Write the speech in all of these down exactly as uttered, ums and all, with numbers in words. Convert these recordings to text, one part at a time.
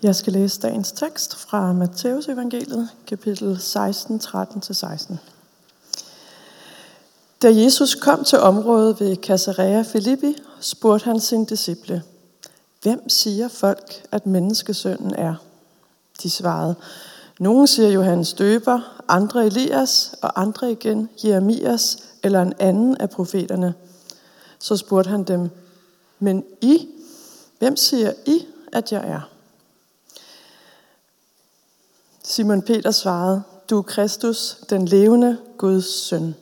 Jeg skal læse dagens tekst fra Matteus evangeliet, kapitel seksten, tretten til seksten. Da Jesus kom til området ved Caesarea Philippi, spurgte han sine disciple: Hvem siger folk, at menneskesønnen er? De svarede: Nogle siger Johannes Døber, andre Elias, og andre igen Jeremias eller en anden af profeterne. Så spurgte han dem: Men I? Hvem siger I, at jeg er? Simon Peter svarede: Du er Kristus, den levende Guds søn.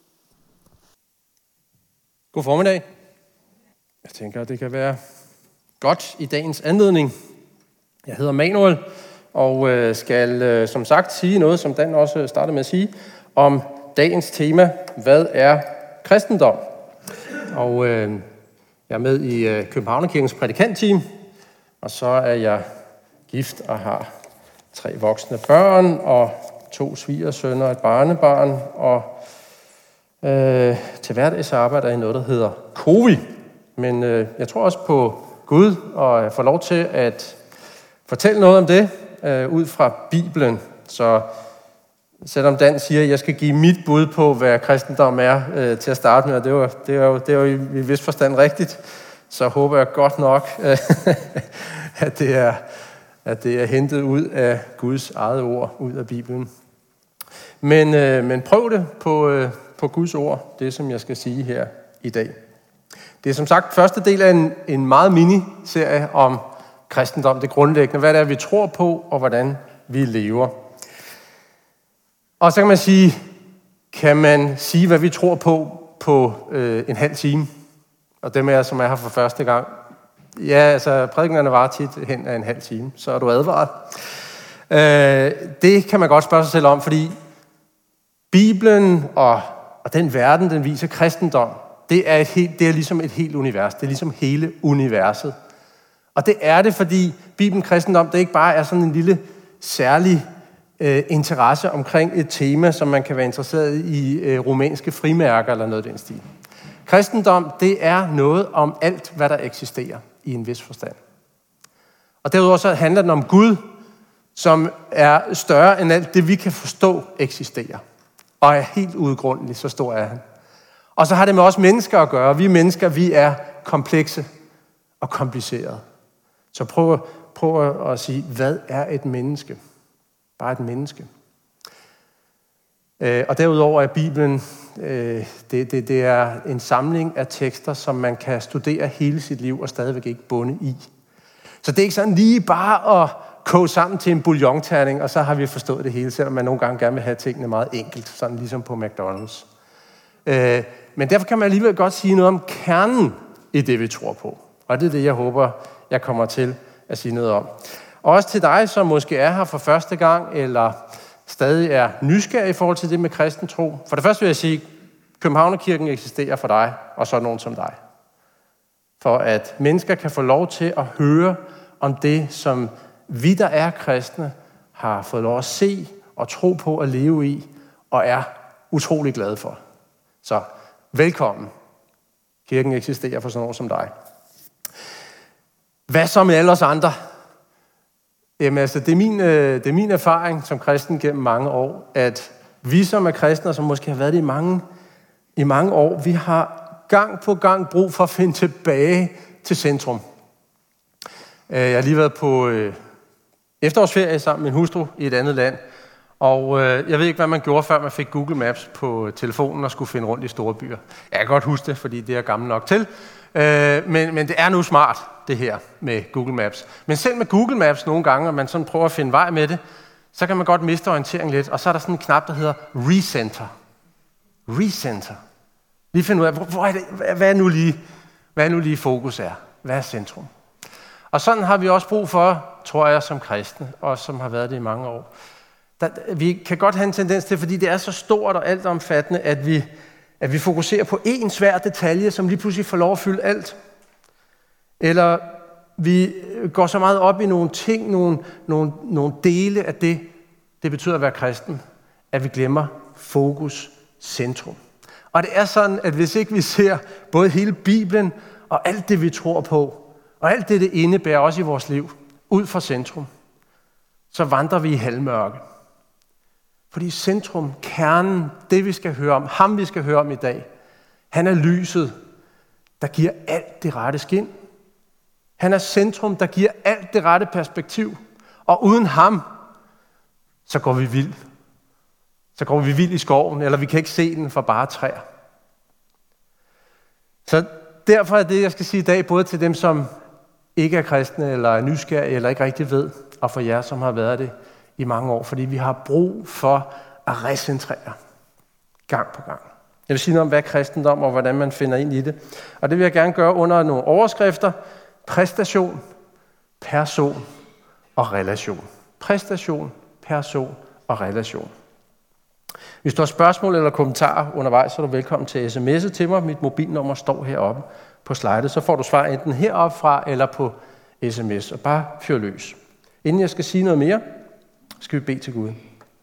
God formiddag. Jeg tænker, at det kan være godt i dagens anledning. Jeg hedder Manuel, og skal som sagt sige noget, som Dan også startede med at sige, om dagens tema: Hvad er kristendom? Og øh, jeg er med i Københavnerkirkens prædikantteam, og så er jeg gift og har tre voksne børn og to svigersønner og et barnebarn, og øh, til hverdags arbejder jeg i noget, der hedder COVID. Men øh, jeg tror også på Gud, og jeg får lov til at fortælle noget om det øh, ud fra Bibelen. Så selvom Dan siger, at jeg skal give mit bud på, hvad kristendom er øh, til at starte med, og det er jo, det er jo, det er jo i, i vis forstand rigtigt, så håber jeg godt nok, at det er at det er hentet ud af Guds eget ord, ud af Bibelen. Men, øh, men prøv det på, øh, på Guds ord, det som jeg skal sige her i dag. Det er som sagt første del af en, en meget mini-serie om kristendom, det grundlæggende, hvad det er, vi tror på, og hvordan vi lever. Og så kan man sige, kan man sige, hvad vi tror på, på øh, en halv time? Og dem af jer, som er her for første gang, ja, altså prædikenerne varer tit hen af en halv time, så er du advaret. Øh, det kan man godt spørge sig selv om, fordi Bibelen og, og den verden, den viser kristendom, det er, et helt, det er ligesom et helt univers. Det er ligesom hele universet. Og det er det, fordi Bibelen kristendom, det ikke bare er sådan en lille særlig øh, interesse omkring et tema, som man kan være interesseret i øh, romanske frimærker eller noget af den stil. Kristendom, det er noget om alt, hvad der eksisterer i en vis forstand. Og derudover så handler den om Gud, som er større end alt det, vi kan forstå eksisterer. Og er helt udgrundelig, så stor er han. Og så har det med os mennesker at gøre. Vi mennesker, vi er komplekse og komplicerede. Så prøv, prøv at sige, hvad er et menneske? Bare et menneske. Og derudover er Bibelen, det, det, det er en samling af tekster, som man kan studere hele sit liv og stadigvæk ikke bunde i. Så det er ikke sådan lige bare at koge sammen til en bouillonterning, og så har vi forstået det hele, selvom man nogle gange gerne vil have tingene meget enkelt, sådan ligesom på McDonald's. Men derfor kan man alligevel godt sige noget om kernen i det, vi tror på. Og det er det, jeg håber, jeg kommer til at sige noget om. Og også til dig, som måske er her for første gang, eller stadig er nysgerrig i forhold til det med kristen tro. For det første vil jeg sige, at Københavnerkirken eksisterer for dig, og så nogen som dig. For at mennesker kan få lov til at høre om det, som vi, der er kristne, har fået lov at se og tro på at leve i, og er utrolig glade for. Så velkommen. Kirken eksisterer for sådan nogen som dig. Hvad så med alle os andre? Jamen altså, det er, min, det er min erfaring som kristen gennem mange år, at vi som er kristne, som måske har været det i mange, i mange år, vi har gang på gang brug for at finde tilbage til centrum. Jeg har lige været på efterårsferie sammen med min hustru i et andet land, og jeg ved ikke, hvad man gjorde, før man fik Google Maps på telefonen og skulle finde rundt i store byer. Jeg kan godt huske det, fordi det er jeg gammel nok til. Men, men det er nu smart, det her med Google Maps. Men selv med Google Maps nogle gange, og man sådan prøver at finde vej med det, så kan man godt miste orientering lidt. Og så er der sådan en knap, der hedder Recenter. Recenter. Lige finde ud af, hvor er det, hvad, er nu lige, hvad er nu lige fokus er? Hvad er centrum? Og sådan har vi også brug for, tror jeg, som kristne, og som har været det i mange år. Der, vi kan godt have en tendens til, fordi det er så stort og altomfattende, at vi at vi fokuserer på én svær detalje, som lige pludselig får lov at fylde alt. Eller vi går så meget op i nogle ting, nogle, nogle, nogle dele af det, det betyder at være kristen, at vi glemmer fokus, centrum. Og det er sådan, at hvis ikke vi ser både hele Bibelen og alt det, vi tror på, og alt det, det indebærer også i vores liv, ud fra centrum, så vandrer vi i halvmørke. Fordi centrum, kernen, det vi skal høre om, ham vi skal høre om i dag, han er lyset, der giver alt det rette skin. Han er centrum, der giver alt det rette perspektiv. Og uden ham, så går vi vild. Så går vi vild i skoven, eller vi kan ikke se den for bare træer. Så derfor er det, jeg skal sige i dag, både til dem, som ikke er kristne, eller er nysgerrige, eller ikke rigtig ved, og for jer, som har været det i mange år, fordi vi har brug for at recentrere gang på gang. Jeg vil sige noget om, hvad er kristendom, og hvordan man finder ind i det. Og det vil jeg gerne gøre under nogle overskrifter. Præstation, person og relation. Præstation, person og relation. Hvis du har spørgsmål eller kommentarer undervejs, så er du velkommen til sms'e til mig. Mit mobilnummer står heroppe på slidet. Så får du svar enten heroppe fra eller på sms. Og bare fyr løs. Inden jeg skal sige noget mere, skal vi bede til Gud.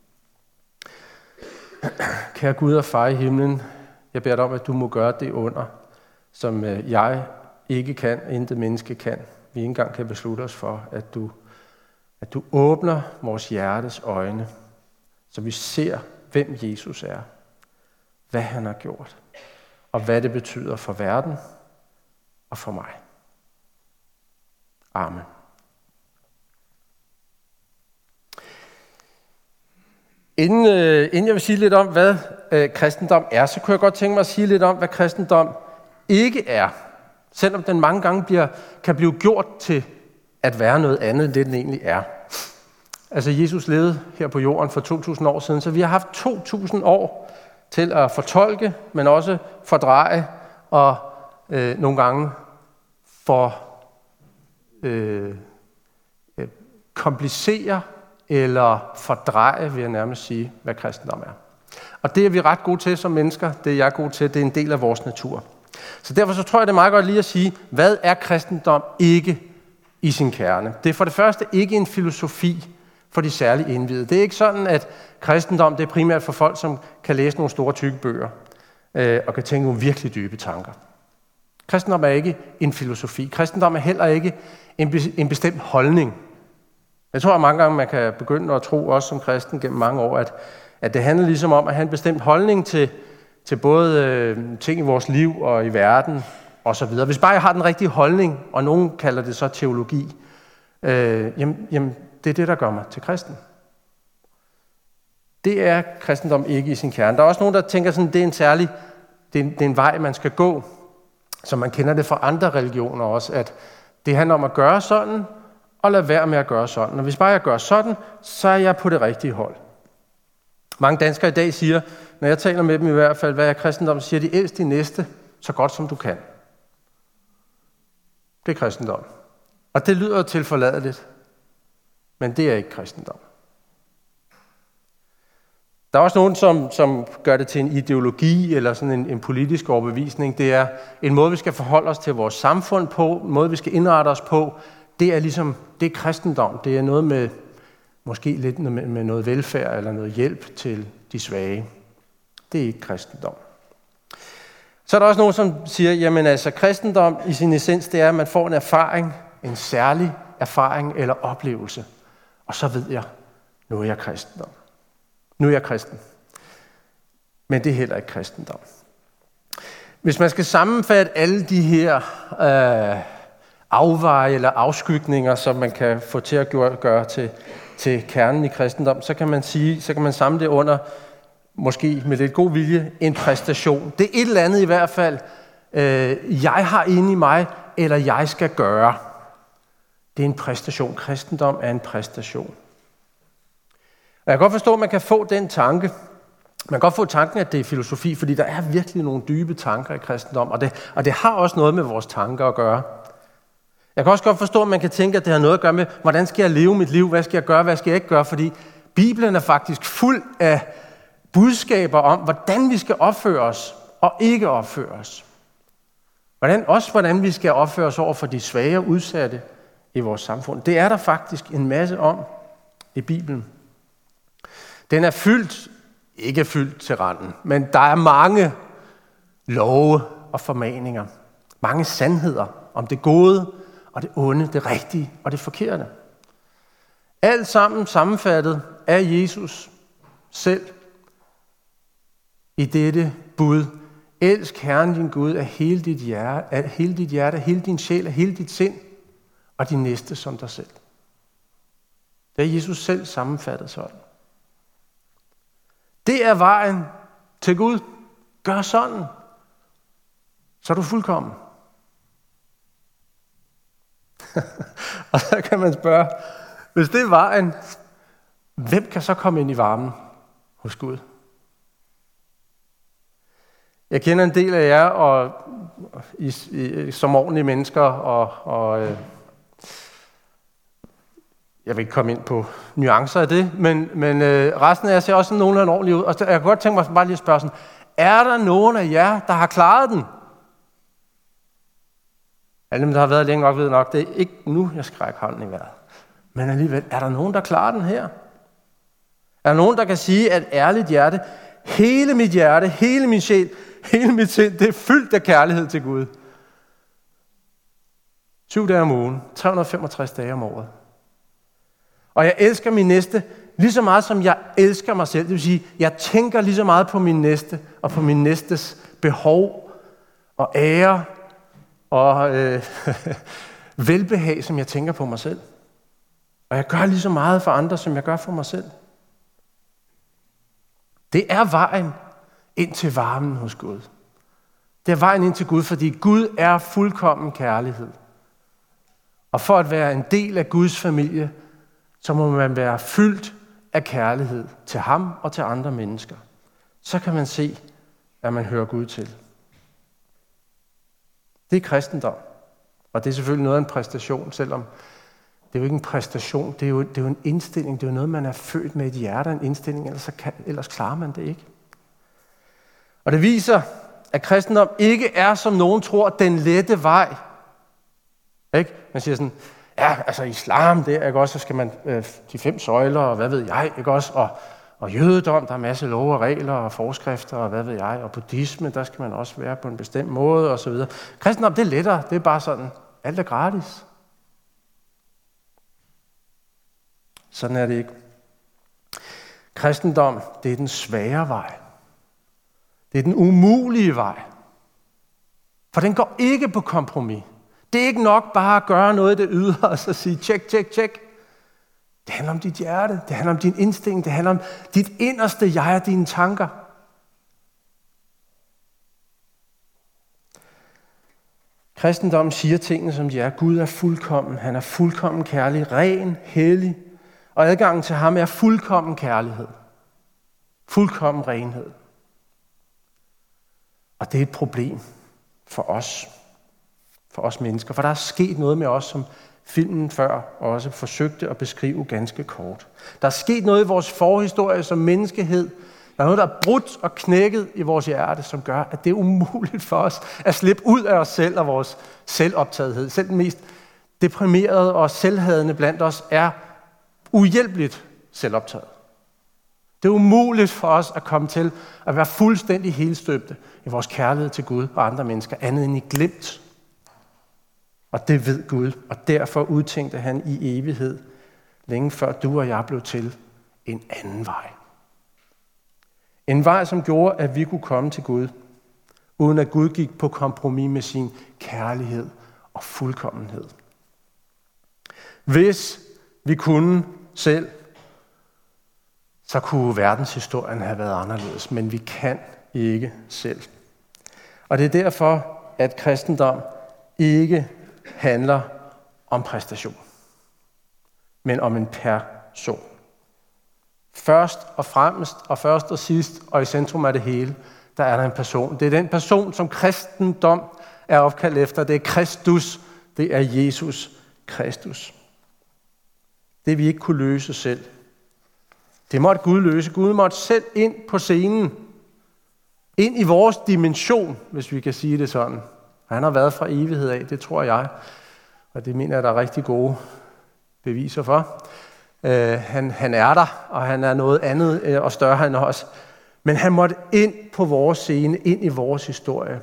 Kære Gud og far i himlen, jeg beder dig om, at du må gøre det under, som jeg ikke kan, intet menneske kan. Vi ikke engang kan beslutte os for, at du, at du åbner vores hjertes øjne, så vi ser, hvem Jesus er, hvad han har gjort, og hvad det betyder for verden og for mig. Amen. Inden, øh, inden jeg vil sige lidt om, hvad øh, kristendom er, så kunne jeg godt tænke mig at sige lidt om, hvad kristendom ikke er. Selvom den mange gange bliver, kan blive gjort til at være noget andet, end det den egentlig er. Altså Jesus levede her på jorden for to tusind år siden, så vi har haft to tusind år til at fortolke, men også fordreje og øh, nogle gange for øh, komplicere eller fordreje, vil jeg nærmest sige, hvad kristendom er. Og det er vi ret gode til som mennesker, det er jeg god til, det er en del af vores natur. Så derfor så tror jeg, det er meget godt lige at sige, hvad er kristendom ikke i sin kerne? Det er for det første ikke en filosofi for de særligt indvidede. Det er ikke sådan, at kristendom det er primært for folk, som kan læse nogle store tykke bøger øh, og kan tænke nogle virkelig dybe tanker. Kristendom er ikke en filosofi. Kristendom er heller ikke en, be- en bestemt holdning. Jeg tror, at mange gange man kan begynde at tro, også som kristen gennem mange år, at, at det handler ligesom om at have en bestemt holdning til, til både øh, ting i vores liv og i verden osv. Hvis bare jeg har den rigtige holdning, og nogen kalder det så teologi, øh, jamen, jamen det er det, der gør mig til kristen. Det er kristendom ikke i sin kerne. Der er også nogen, der tænker sådan, det er en særlig, det er en, det er en vej, man skal gå, som man kender det fra andre religioner også, at det handler om at gøre sådan, og lade være med at gøre sådan. Og hvis bare jeg gør sådan, så er jeg på det rigtige hold. Mange danskere i dag siger, når jeg taler med dem i hvert fald, hvad er kristendom, så siger de, elsk din næste så godt som du kan. Det er kristendom. Og det lyder tilforladeligt, men det er ikke kristendom. Der er også nogen, som, som gør det til en ideologi eller sådan en, en politisk overbevisning. Det er en måde, vi skal forholde os til vores samfund på, en måde, vi skal indrette os på. Det er ligesom, det er kristendom. Det er noget med, måske lidt med, med noget velfærd eller noget hjælp til de svage. Det er ikke kristendom. Så er der også nogen, som siger, jamen altså kristendom i sin essens, det er, at man får en erfaring, en særlig erfaring eller oplevelse. Og så ved jeg, nu er jeg kristendom. Nu er jeg kristen. Men det er heller ikke kristendom. Hvis man skal sammenfatte alle de her øh, afveje eller afskygninger, som man kan få til at gøre, gøre til, til kernen i kristendom, så kan man sige, så kan man samle det under, måske med lidt god vilje, en præstation. Det er et eller andet i hvert fald, øh, jeg har inde i mig, eller jeg skal gøre. Det er en præstation. Kristendom er en præstation. Og jeg kan godt forstå, at man kan få den tanke. Man kan godt få tanken, at det er filosofi, fordi der er virkelig nogle dybe tanker i kristendom, og det, og det har også noget med vores tanker at gøre. Jeg kan også godt forstå, at man kan tænke, at det har noget at gøre med, hvordan skal jeg leve mit liv, hvad skal jeg gøre, hvad skal jeg ikke gøre, fordi Bibelen er faktisk fuld af budskaber om, hvordan vi skal opføre os og ikke opføre os. Hvordan, også hvordan vi skal opføre os over for de svage og udsatte i vores samfund. Det er der faktisk en masse om i Bibelen. Den er fyldt, ikke fyldt til randen, men der er mange love og formaninger. Mange sandheder om det gode og det onde, det rigtige og det forkerte. Alt sammen sammenfattet af Jesus selv i dette bud. Elsk Herren din Gud af hele dit hjerte, af hele dit hjerte, af hele din sjæl, af hele dit sind, og din næste som dig selv. Det er Jesus selv sammenfattet sådan. Det er vejen til Gud. Gør sådan, så er du fuldkommen. Og så kan man spørge, hvis det er vejen, hvem kan så komme ind i varmen hos Gud? Jeg kender en del af jer og, i, i, som ordentlige mennesker, og, og øh, jeg vil ikke komme ind på nuancer af det, men, men øh, resten af jer ser også nogenlunde ordentligt ud. Og jeg kan godt tænke mig bare lige at spørge sådan, er der nogen af jer, der har klaret den? Alle dem, der har været længe nok, ved nok, det er ikke nu, jeg skal række hånden i vejret. Men alligevel, er der nogen, der klarer den her? Er der nogen, der kan sige, at ærligt hjerte, hele mit hjerte, hele min sjæl, hele mit sind, det er fyldt af kærlighed til Gud? Syv dage om ugen, tre hundrede og femogtres dage om året. Og jeg elsker min næste lige så meget, som jeg elsker mig selv. Det vil sige, jeg tænker lige så meget på min næste, og på min næstes behov, og ære, og øh, velbehag, som jeg tænker på mig selv. Og jeg gør lige så meget for andre, som jeg gør for mig selv. Det er vejen ind til varmen hos Gud. Det er vejen ind til Gud, fordi Gud er fuldkommen kærlighed. Og for at være en del af Guds familie, så må man være fyldt af kærlighed til ham og til andre mennesker. Så kan man se, at man hører Gud til. Det er kristendom. Og det er selvfølgelig noget af en præstation, selvom det er jo ikke en præstation, det er jo, det er jo en indstilling, det er jo noget, man er født med et hjerte, en indstilling, ellers, kan, ellers klarer man det ikke. Og det viser, at kristendom ikke er, som nogen tror, den lette vej. Ikke? Man siger sådan, ja, altså islam, det er ikke også, så skal man øh, de fem søjler, og hvad ved jeg, ikke også, og, og jødedom, der er masser af love og regler og forskrifter, og hvad ved jeg, og buddhisme, der skal man også være på en bestemt måde, og så videre. Kristendom, det er lettere, det er bare sådan, alt er gratis. Sådan er det ikke. Kristendom, det er den svære vej. Det er den umulige vej. For den går ikke på kompromis. Det er ikke nok bare at gøre noget, det yder, og så sige, tjek, tjek, tjek. Det handler om dit hjerte, det handler om din instinkt, det handler om dit inderste jeg og dine tanker. Kristendommen siger tingene, som de er. Gud er fuldkommen, han er fuldkommen kærlig, ren, hellig, og adgangen til ham er fuldkommen kærlighed. Fuldkommen renhed. Og det er et problem for os. For os mennesker. For der er sket noget med os, som filmen før også forsøgte at beskrive ganske kort. Der er sket noget i vores forhistorie som menneskehed. Der er noget, der er brudt og knækket i vores hjerte, som gør, at det er umuligt for os at slippe ud af os selv og vores selvoptagethed. Selv den mest deprimerede og selvhadende blandt os er uhjælpeligt selvoptaget. Det er umuligt for os at komme til at være fuldstændig helstøbte i vores kærlighed til Gud og andre mennesker, andet end i glimt. Og det ved Gud, og derfor udtænkte han i evighed, længe før du og jeg blev til, en anden vej. En vej, som gjorde, at vi kunne komme til Gud, uden at Gud gik på kompromis med sin kærlighed og fuldkommenhed. Hvis vi kunne selv, så kunne verdenshistorien have været anderledes, men vi kan ikke selv. Og det er derfor, at kristendom ikke handler om præstation, men om en person. Først og fremmest, og først og sidst, og i centrum af det hele, der er der en person. Det er den person, som kristendom er opkaldt efter. Det er Kristus. Det er Jesus Kristus. Det vi ikke kunne løse selv. Det måtte Gud løse. Gud måtte selv ind på scenen. Ind i vores dimension, hvis vi kan sige det sådan. Han har været fra evighed af, det tror jeg. Og det mener jeg, der er rigtig gode beviser for. Uh, han, han er der, og han er noget andet uh, og større end os. Men han måtte ind på vores scene, ind i vores historie,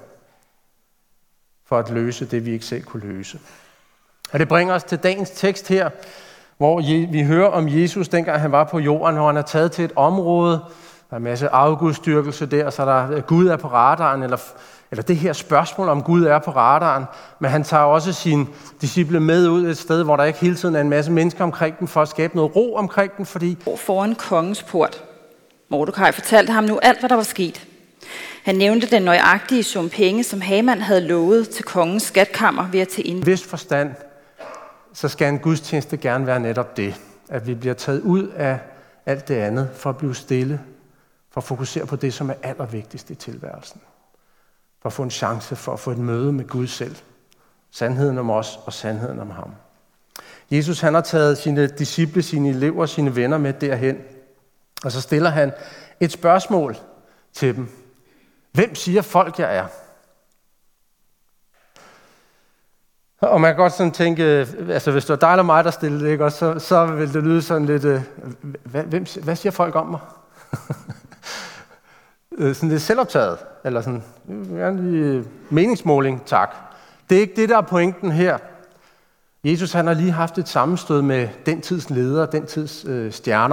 for at løse det, vi ikke selv kunne løse. Og det bringer os til dagens tekst her, hvor vi hører om Jesus, dengang han var på jorden, hvor han er taget til et område, der er en masse afgudstyrkelse der, så der Gud er på radaren, eller, eller det her spørgsmål om Gud er på radaren, men han tager også sine disciple med ud et sted, hvor der ikke hele tiden er en masse mennesker omkring den, for at skabe noget ro omkring den, fordi... Foran kongens port. Mordecai fortalte ham nu alt, hvad der var sket. Han nævnte den nøjagtige sum penge, som Haman havde lovet til kongens skatkammer ved at tage ind. I vis forstand, så skal en gudstjeneste gerne være netop det. At vi bliver taget ud af alt det andet, for at blive stille, for at fokusere på det, som er allervigtigst i tilværelsen. For at få en chance for at få et møde med Gud selv. Sandheden om os og sandheden om ham. Jesus han har taget sine disciple, sine elever, sine venner med derhen. Og så stiller han et spørgsmål til dem. Hvem siger folk, jeg er? Og man kan godt sådan tænke, altså hvis det var dig eller mig, der stillede det, ikke, også, så, så vil det lyde sådan lidt, øh, hvad, hvem, hvad siger folk om mig? Sådan lidt selvoptaget, eller sådan, gerne lige meningsmåling, tak. Det er ikke det, der er pointen her. Jesus han har lige haft et sammenstød med den tids ledere, den tids øh, stjerner.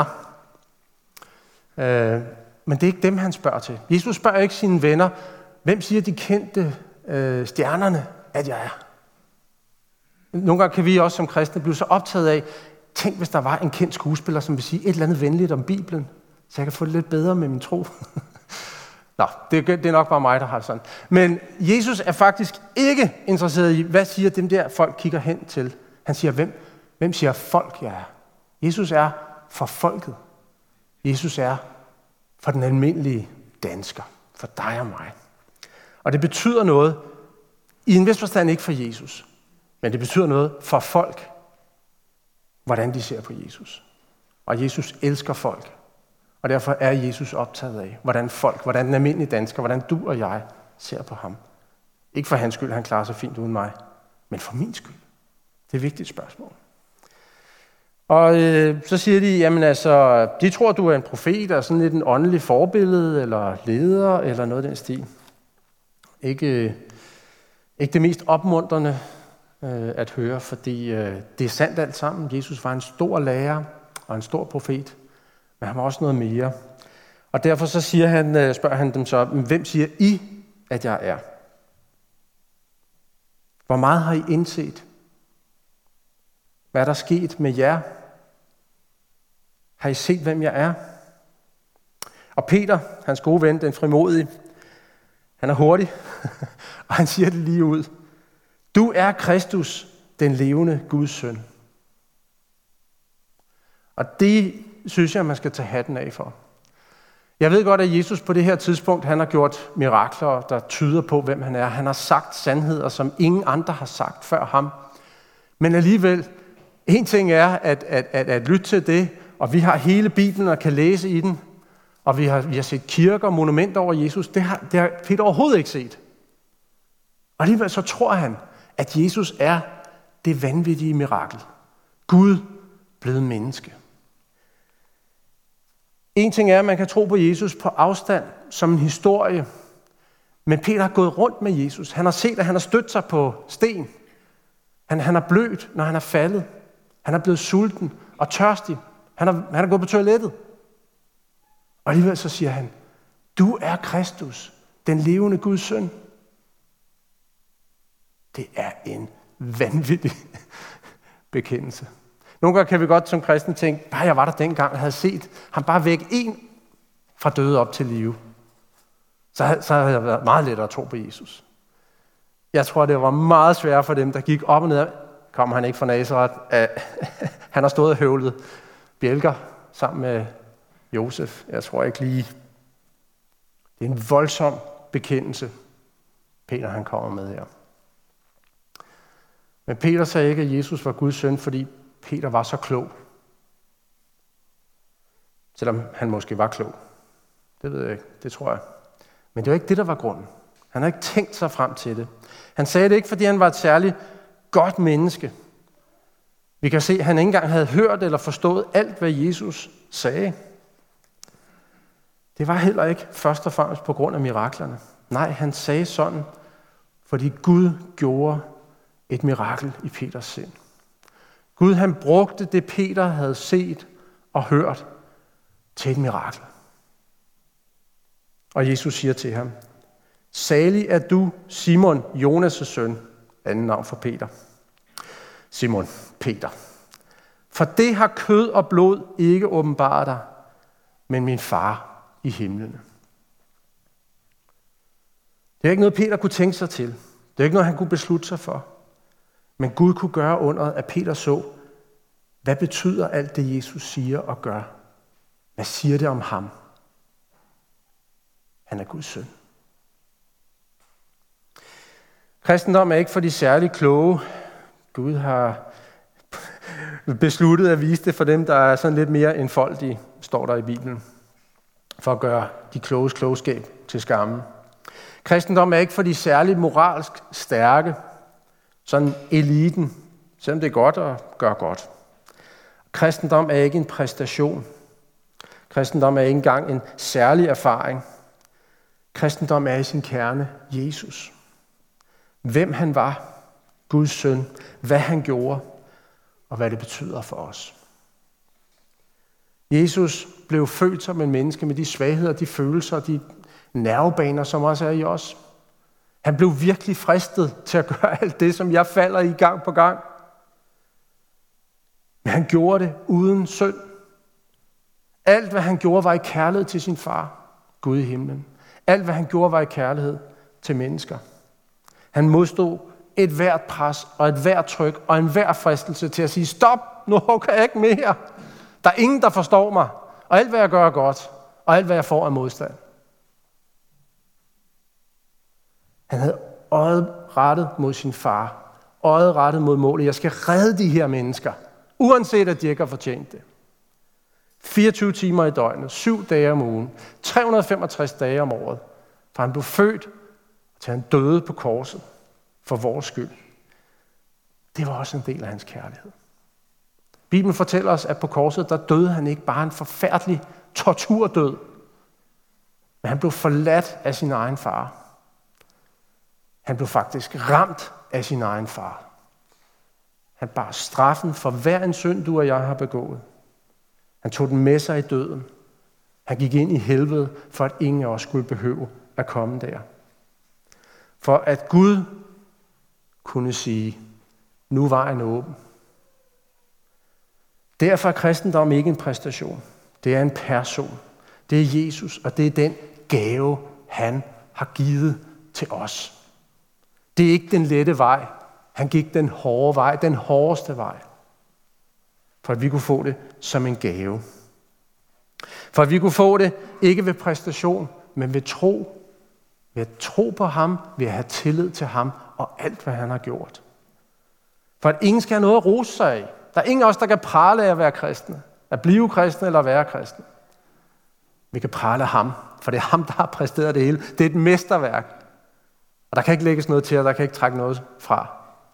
Øh, men det er ikke dem, han spørger til. Jesus spørger ikke sine venner, hvem siger de kendte øh, stjernerne, at jeg er? Nogle gange kan vi også som kristne blive så optaget af, tænk hvis der var en kendt skuespiller, som vil sige et eller andet venligt om Bibelen, så jeg kan få det lidt bedre med min tro. Nå, det, det er nok bare mig, der har sådan. Men Jesus er faktisk ikke interesseret i, hvad siger dem der, folk kigger hen til. Han siger, hvem, hvem siger folk, jeg er? Jesus er for folket. Jesus er for den almindelige dansker. For dig og mig. Og det betyder noget, i en vis forstand ikke for Jesus, men det betyder noget for folk, hvordan de ser på Jesus. Og Jesus elsker folk. Og derfor er Jesus optaget af, hvordan folk, hvordan den almindelige dansker, hvordan du og jeg ser på ham. Ikke for hans skyld, han klarer sig fint uden mig, men for min skyld. Det er et vigtigt spørgsmål. Og øh, så siger de, jamen altså, de tror, du er en profet, og sådan lidt en åndelig forbillede, eller leder, eller noget af den stil. Ikke, øh, ikke det mest opmuntrende øh, at høre, fordi øh, det er sandt alt sammen. Jesus var en stor lærer og en stor profet, men han var også noget mere. Og derfor så siger han, spørger han dem så, hvem siger I, at jeg er? Hvor meget har I indset? Hvad er der sket med jer? Har I set, hvem jeg er? Og Peter, hans gode ven, den frimodige, han er hurtig, og han siger det lige ud. Du er Kristus, den levende Guds søn. Og det synes jeg, man skal tage hatten af for. Jeg ved godt, at Jesus på det her tidspunkt, han har gjort mirakler, der tyder på, hvem han er. Han har sagt sandheder, som ingen andre har sagt før ham. Men alligevel, en ting er at, at, at, at lytte til det, og vi har hele Bibelen og kan læse i den, og vi har, vi har set kirker og monumenter over Jesus. Det har, det har Peter overhovedet ikke set. Og alligevel så tror han, at Jesus er det vanvittige mirakel. Gud blevet menneske. En ting er, at man kan tro på Jesus på afstand som en historie. Men Peter har gået rundt med Jesus. Han har set, at han har stødt sig på sten. Han, han er blødt, når han er faldet. Han er blevet sulten og tørstig. Han har, han har gået på toilettet. Og alligevel så siger han, du er Kristus, den levende Guds søn. Det er en vanvittig bekendelse. Nogle gange kan vi godt som kristne tænke, bare jeg var der dengang og havde set ham bare vække en fra døde op til live. Så, så havde det været meget lettere at tro på Jesus. Jeg tror, det var meget sværere for dem, der gik op og ned. Kom han ikke fra Nazareth. Han har stået og høvlet bjælker sammen med Josef. Jeg tror ikke lige. Det er en voldsom bekendelse, Peter han kommer med her. Men Peter sagde ikke, at Jesus var Guds søn, fordi Peter var så klog. Selvom han måske var klog. Det ved jeg ikke. Det tror jeg. Men det var ikke det, der var grunden. Han har ikke tænkt sig frem til det. Han sagde det ikke, fordi han var et særligt godt menneske. Vi kan se, at han ikke engang havde hørt eller forstået alt, hvad Jesus sagde. Det var heller ikke først og fremmest på grund af miraklerne. Nej, han sagde sådan, fordi Gud gjorde et mirakel i Peters sind. Gud han brugte det, Peter havde set og hørt, til et mirakel. Og Jesus siger til ham, salig er du, Simon, Jonas' søn, anden navn for Peter. Simon, Peter. For det har kød og blod ikke åbenbaret dig, men min far i himlene. Det er ikke noget, Peter kunne tænke sig til. Det er ikke noget, han kunne beslutte sig for. Men Gud kunne gøre underet, at Peter så, hvad betyder alt det, Jesus siger og gør? Hvad siger det om ham? Han er Guds søn. Kristendom er ikke for de særligt kloge. Gud har besluttet at vise det for dem, der er sådan lidt mere enfoldige, står der i Bibelen, for at gøre de kloges klogskab til skamme. Kristendom er ikke for de særligt moralsk stærke, sådan eliten, selvom det er godt at gøre godt. Kristendom er ikke en præstation. Kristendom er ikke engang en særlig erfaring. Kristendom er i sin kerne Jesus. Hvem han var, Guds søn, hvad han gjorde, og hvad det betyder for os. Jesus blev født som en menneske med de svagheder, de følelser, de nervebaner, som også er i os. Han blev virkelig fristet til at gøre alt det, som jeg falder i gang på gang. Men han gjorde det uden synd. Alt, hvad han gjorde, var i kærlighed til sin far, Gud i himlen. Alt, hvad han gjorde, var i kærlighed til mennesker. Han modstod et hvert pres og et hvert tryk og en hver fristelse til at sige, stop, nu kan jeg ikke mere. Der er ingen, der forstår mig, og alt, hvad jeg gør, er godt, og alt, hvad jeg får, er modstand. Han havde øjet rettet mod sin far, øjet rettet mod målet. Jeg skal redde de her mennesker, uanset at de ikke har fortjent det. fireogtyve timer i døgnet, syv dage om ugen, tre hundrede og femogtres dage om året, for han blev født, til han døde på korset for vores skyld. Det var også en del af hans kærlighed. Bibelen fortæller os, at på korset, der døde han ikke bare en forfærdelig torturdød, men han blev forladt af sin egen far. Han blev faktisk ramt af sin egen far. Han bar straffen for hver en synd, du og jeg har begået. Han tog den med sig i døden. Han gik ind i helvede, for at ingen af os skulle behøve at komme der. For at Gud kunne sige, nu er vejen åben. Derfor er kristendom ikke en præstation. Det er en person. Det er Jesus, og det er den gave, han har givet til os. Det er ikke den lette vej. Han gik den hårde vej, den hårdeste vej. For at vi kunne få det som en gave. For at vi kunne få det ikke ved præstation, men ved tro. Ved at tro på ham, ved at have tillid til ham og alt, hvad han har gjort. For at ingen skal have noget at rose sig af. Der er ingen af os, der kan prale af at være kristne. At blive kristne eller være kristne. Vi kan prale af ham, for det er ham, der har præsteret det hele. Det er et mesterværk. Og der kan ikke lægges noget til, og der kan ikke trække noget fra.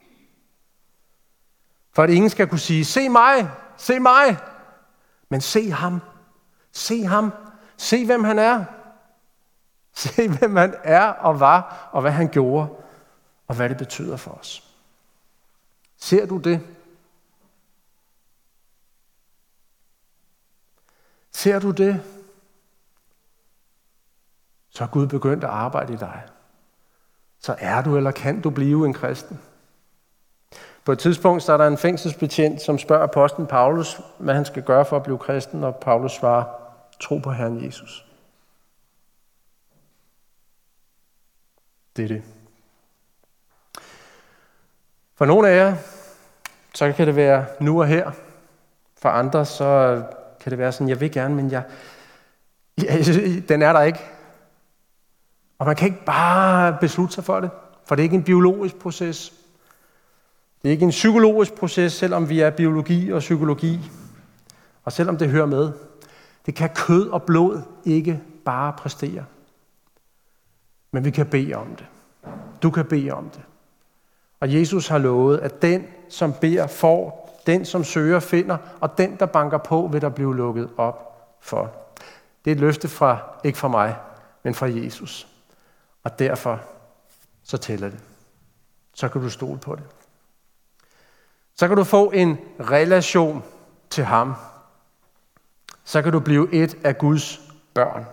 For at ingen skal kunne sige, se mig, se mig. Men se ham. Se ham. Se, hvem han er. Se, hvem han er og var, og hvad han gjorde, og hvad det betyder for os. Ser du det? Ser du det? Så er Gud begyndt at arbejde i dig. Så er du eller kan du blive en kristen. På et tidspunkt så er der en fængselsbetjent, som spørger apostlen Paulus, hvad han skal gøre for at blive kristen, og Paulus svarer, tro på Herren Jesus. Det er det. For nogle af jer, så kan det være nu og her. For andre, så kan det være sådan, jeg vil gerne, men jeg, jeg den er der ikke. Og man kan ikke bare beslutte sig for det, for det er ikke en biologisk proces. Det er ikke en psykologisk proces, selvom vi er biologi og psykologi, og selvom det hører med. Det kan kød og blod ikke bare præstere. Men vi kan bede om det. Du kan bede om det. Og Jesus har lovet, at den, som beder, får, den, som søger, finder, og den, der banker på, vil der blive lukket op for. Det er et løfte fra, ikke fra mig, men fra Jesus. Og derfor, så tæller det. Så kan du stole på det. så kan du få en relation til ham. Så kan du blive et af Guds børn.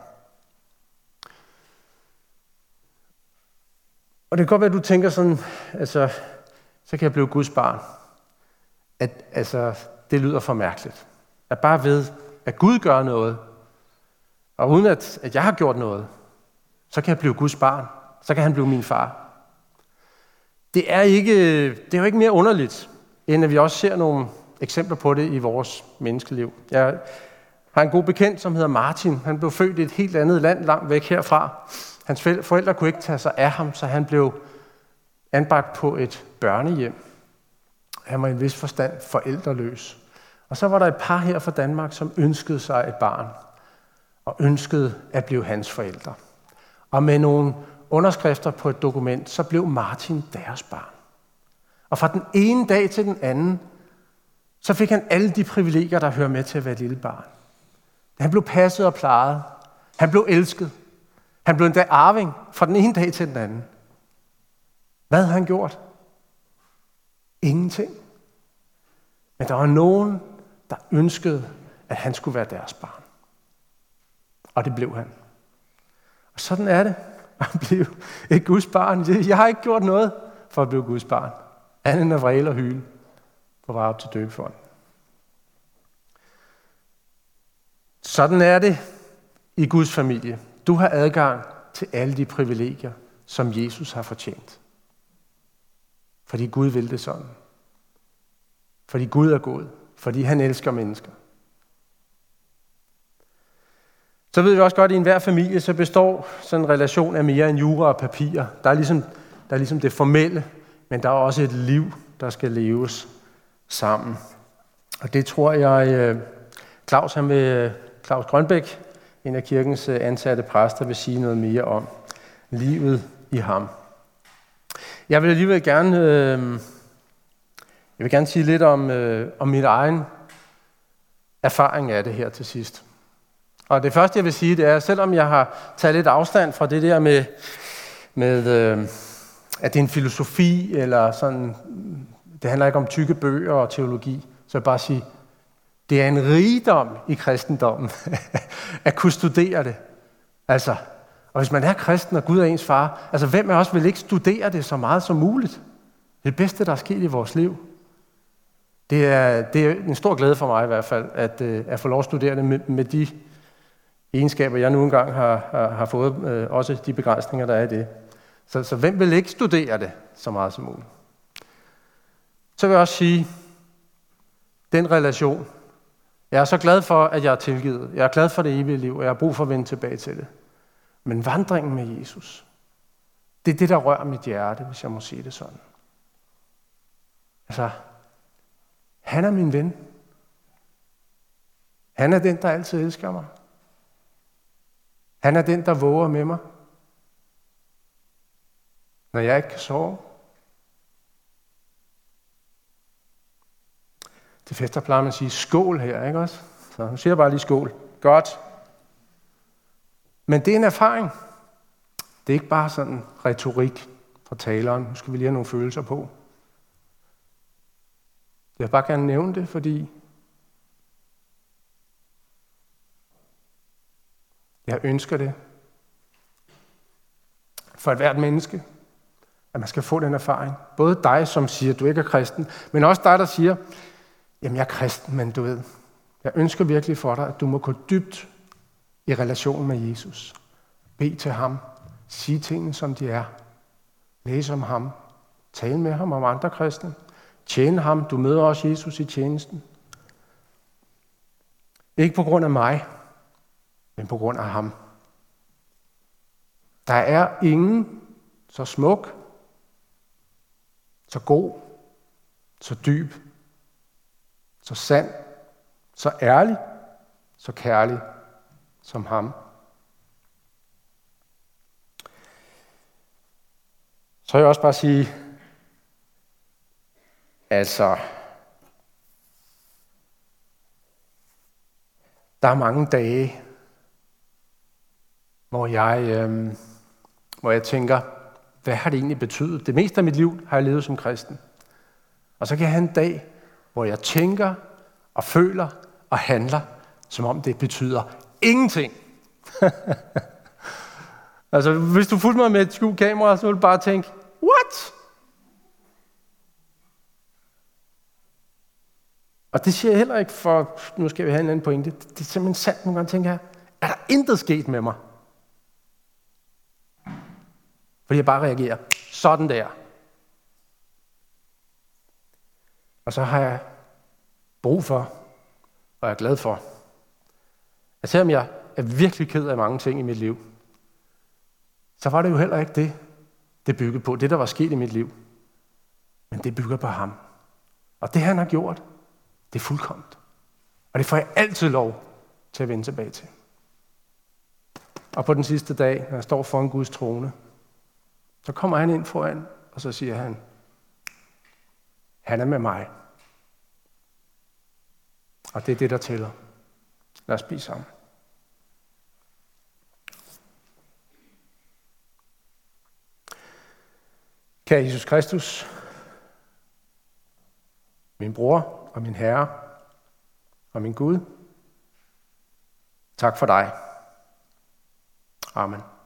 Og det kan godt være, at du tænker sådan, altså, så kan jeg blive Guds barn. At, altså, det lyder for mærkeligt. At bare ved, at Gud gør noget, og uden at, at jeg har gjort noget, så kan jeg blive Guds barn. Så kan han blive min far. Det er, ikke, det er jo ikke mere underligt, end at vi også ser nogle eksempler på det i vores menneskeliv. Jeg har en god bekendt, som hedder Martin. Han blev født i et helt andet land, langt væk herfra. Hans forældre kunne ikke tage sig af ham, så han blev anbragt på et børnehjem. Han var i en vis forstand forældreløs. Og så var der et par her fra Danmark, som ønskede sig et barn, og ønskede at blive hans forældre. Og med nogle underskrifter på et dokument, så blev Martin deres barn. Og fra den ene dag til den anden, så fik han alle de privilegier, der hører med til at være et lille barn. Han blev passet og plejet. Han blev elsket. Han blev endda arving fra den ene dag til den anden. Hvad havde han gjort? Ingenting. Men der var nogen, der ønskede, at han skulle være deres barn. Og det blev han. Og sådan er det at blive et Guds barn. Jeg har ikke gjort noget for at blive Guds barn. Andet end at vrælde og hyle på vej op til døbefonden. Sådan er det i Guds familie. Du har adgang til alle de privilegier, som Jesus har fortjent. Fordi Gud vil det sådan. Fordi Gud er god. Fordi han elsker mennesker. Så ved vi også godt, at i enhver familie, så består sådan en relation af mere end jura og papir. Der er ligesom, der er ligesom det formelle, men der er også et liv, der skal leves sammen. Og det tror jeg, Claus, han vil, Claus Grønbæk, en af kirkens ansatte præster, vil sige noget mere om. Livet i ham. Jeg vil alligevel gerne, øh, jeg vil gerne sige lidt om, øh, om min egen erfaring af det her til sidst. Og det første, jeg vil sige, det er, selvom jeg har taget lidt afstand fra det der med, med øh, at det er en filosofi, eller sådan, det handler ikke om tykke bøger og teologi, så jeg bare sige, det er en rigdom i kristendommen, at kunne studere det. Altså, og hvis man er kristen, og Gud er ens far, altså hvem af os vil ikke studere det så meget som muligt? Det er det bedste, der er sket i vores liv. Det er, det er en stor glæde for mig i hvert fald, at, at få lov at studere det med, med de egenskaber, jeg nu engang har, har, har fået, øh, også de begrænsninger, der er i det. Så, så hvem vil ikke studere det så meget som muligt? Så vil jeg også sige, den relation. Jeg er så glad for, at jeg er tilgivet. Jeg er glad for det evige liv, og jeg har brug for at vende tilbage til det. Men vandringen med Jesus, det er det, der rører mit hjerte, hvis jeg må sige det sådan. Altså, han er min ven. Han er den, der altid elsker mig. Han er den, der våger med mig, når jeg ikke kan sove. Til fester plejer man at sige skål her, ikke også? Så nu siger jeg bare lige skål. Godt. Men det er en erfaring. Det er ikke bare sådan retorik fra taleren. Nu skal vi lige have nogle følelser på. Jeg vil bare gerne nævne det, fordi jeg ønsker det for et hvert menneske, at man skal få den erfaring. Både dig, som siger, at du ikke er kristen, men også dig, der siger, jamen jeg er kristen, men du ved, jeg ønsker virkelig for dig, at du må gå dybt i relation med Jesus. Bed til ham. Sige tingene, som de er. Læs om ham. Tale med ham om andre kristne. Tjene ham. Du møder også Jesus i tjenesten. Ikke på grund af mig, men på grund af ham. Der er ingen så smuk, så god, så dyb, så sand, så ærlig, så kærlig som ham. Så vil jeg også bare sige, altså, der er mange dage, hvor jeg, øh, hvor jeg tænker, hvad har det egentlig betydet? Det meste af mit liv har jeg levet som kristen. Og så kan jeg have en dag, hvor jeg tænker og føler og handler, som om det betyder ingenting. Altså, hvis du fulgte mig med et skjult kamera, så ville du bare tænke, what? Og det siger jeg heller ikke for, nu skal vi have en anden pointe. Det er simpelthen sandt, nogle gange tænker jeg, er der intet sket med mig? Fordi jeg bare reagerer sådan der. Og så har jeg brug for, og jeg er glad for, at selvom jeg er virkelig ked af mange ting i mit liv, så var det jo heller ikke det, det byggede på. Det, der var sket i mit liv. Men det bygger på ham. Og det, han har gjort, det er fuldkomment. Og det får jeg altid lov til at vende tilbage til. Og på den sidste dag, når jeg står foran Guds trone, så kommer han ind foran, og så siger han, han er med mig. Og det er det, der tæller. Lad os spise sammen. Kære Jesus Kristus, min bror og min Herre og min Gud, tak for dig. Amen.